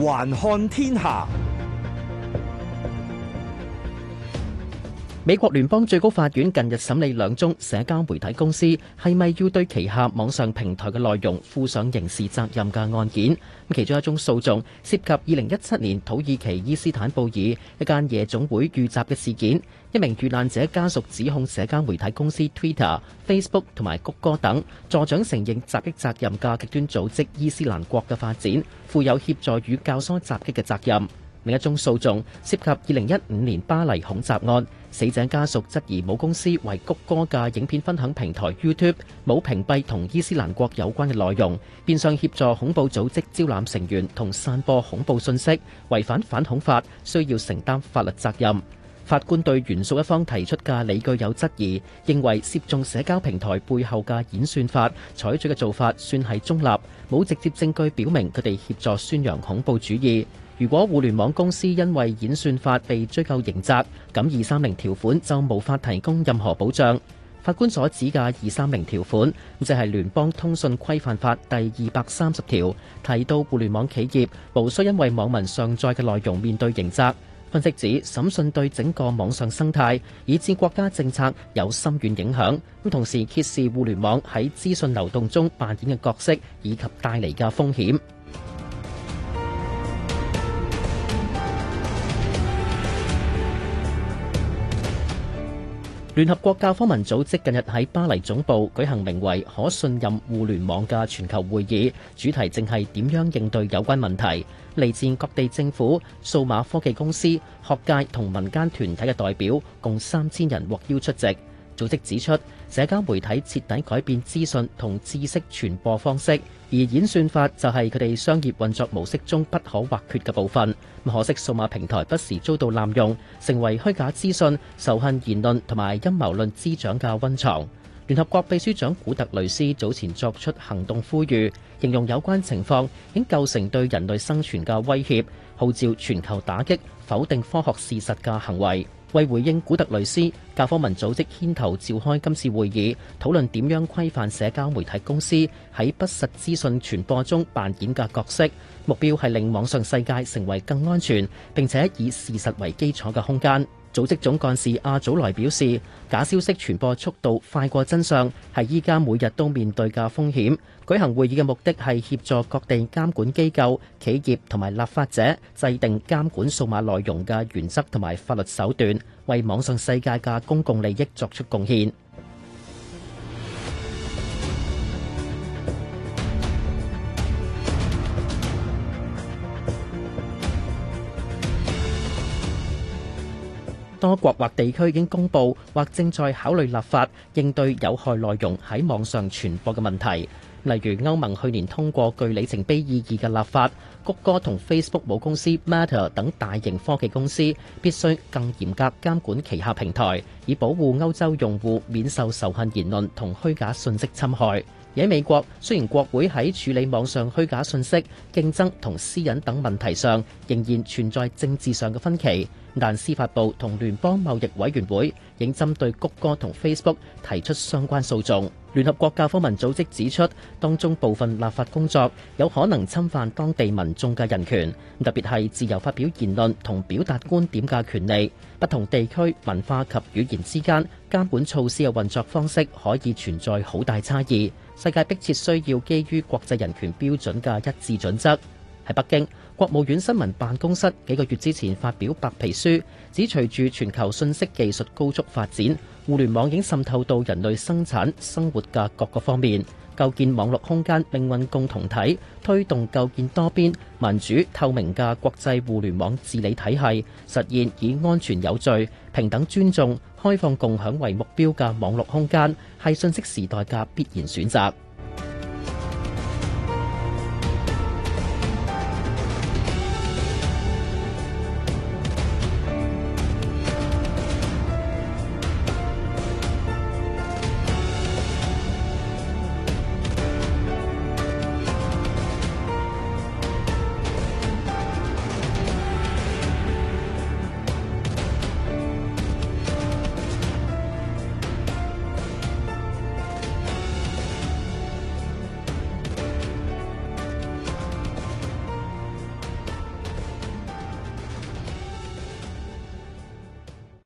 環看天下。 美國聯邦最高法院近日審理兩宗社交媒體公司係咪要對旗下網上平台嘅內容負上刑事責任嘅案件。其中一宗訴訟涉及2017年土耳其伊斯坦布爾一間夜總會遇襲嘅事件。一名遇難者家屬指控社交媒體公司 Twitter、Facebook 同埋谷歌等助長承認襲擊責任嘅極端組織伊斯蘭國嘅發展，負有協助與教唆襲擊嘅責任。另一宗訴訟涉及2015年巴黎恐襲案，死者家屬質疑母公司為谷歌嘅影片分享平台 YouTube 冇屏蔽同伊斯蘭國有關嘅內容，變相協助恐怖組織招攬成員同散播恐怖信息，違反反恐法，需要承擔法律責任。法官對原訴一方提出嘅理據有質疑，認為涉眾社交平台背後嘅演算法採取嘅做法算係中立，冇直接證據表明佢哋協助宣揚恐怖主義。如果互聯網公司因為演算法被追究刑責，咁230條款就無法提供任何保障。法官所指嘅230條款，即係聯邦通訊規範法第230條，提到互聯網企業無需因為網民上載嘅內容面對刑責。分析指審訊對整個網上生態以至國家政策有深遠影響，同時揭示互聯網喺資訊流動中扮演嘅角色以及帶嚟嘅風險。聯合國教科文組織近日喺巴黎總部舉行名為可信任互聯網嘅全球會議，主題正係點樣應對有關問題。嚟自各地政府、數碼科技公司、學界同民間團體嘅代表共3000人獲邀出席。組織指出，社交媒體徹底改變資訊同知識傳播方式，而演算法就係佢哋商業運作模式中不可或缺嘅部分。可惜數碼平台不時遭到濫用，成為虛假資訊、仇恨言論同埋陰謀論滋長嘅溫床。聯合國秘書長古特雷斯早前作出行動呼籲，形容有關情況已經構成對人類生存嘅威脅，號召全球打擊否定科學事實嘅行為。為回應古特雷斯，教科文組織牽頭召開今次會議，討論點樣規範社交媒體公司喺不實資訊傳播中扮演嘅角色，目標係令網上世界成為更安全並且以事實為基礎嘅空間。組織總幹事阿祖萊表示，假消息傳播速度快過真相，係依家每日都面對嘅風險。舉行會議嘅目的係協助各地監管機構、企業同埋立法者制定監管數碼內容嘅原則同埋法律手段，為網上世界嘅公共利益作出貢獻。多國或地區已經公佈或正在考慮立法應對有害內容喺網上傳播嘅問題。例如歐盟去年通過具里程碑意義嘅立法，谷歌同 Facebook 母公司 Meta 等大型科技公司必須更嚴格監管旗下平台，以保護歐洲用戶免受仇恨言論同虛假信息侵害。而喺美國，雖然國會喺處理網上虛假信息、競爭同私隱等問題上仍然存在政治上嘅分歧，但司法部同聯邦貿易委員會已經針對谷歌同 Facebook 提出相關訴訟。聯合國教科文組織指出，當中部分立法工作有可能侵犯當地民眾嘅人權，特別係自由發表言論同表達觀點嘅權利。不同地區文化及語言之間監管措施嘅運作方式可以存在好大差異。世界迫切需要基於國際人權標準嘅一致準則。喺北京，國務院新聞辦公室幾個月之前發表白皮書，指隨住全球信息技術高速發展，互聯網已經滲透到人類生產生活嘅各個方面，構建網絡空間命運共同體，推動構建多邊、民主、透明嘅國際互聯網治理體系，實現以安全有序、平等尊重、開放共享為目標嘅網絡空間，係信息時代嘅必然選擇。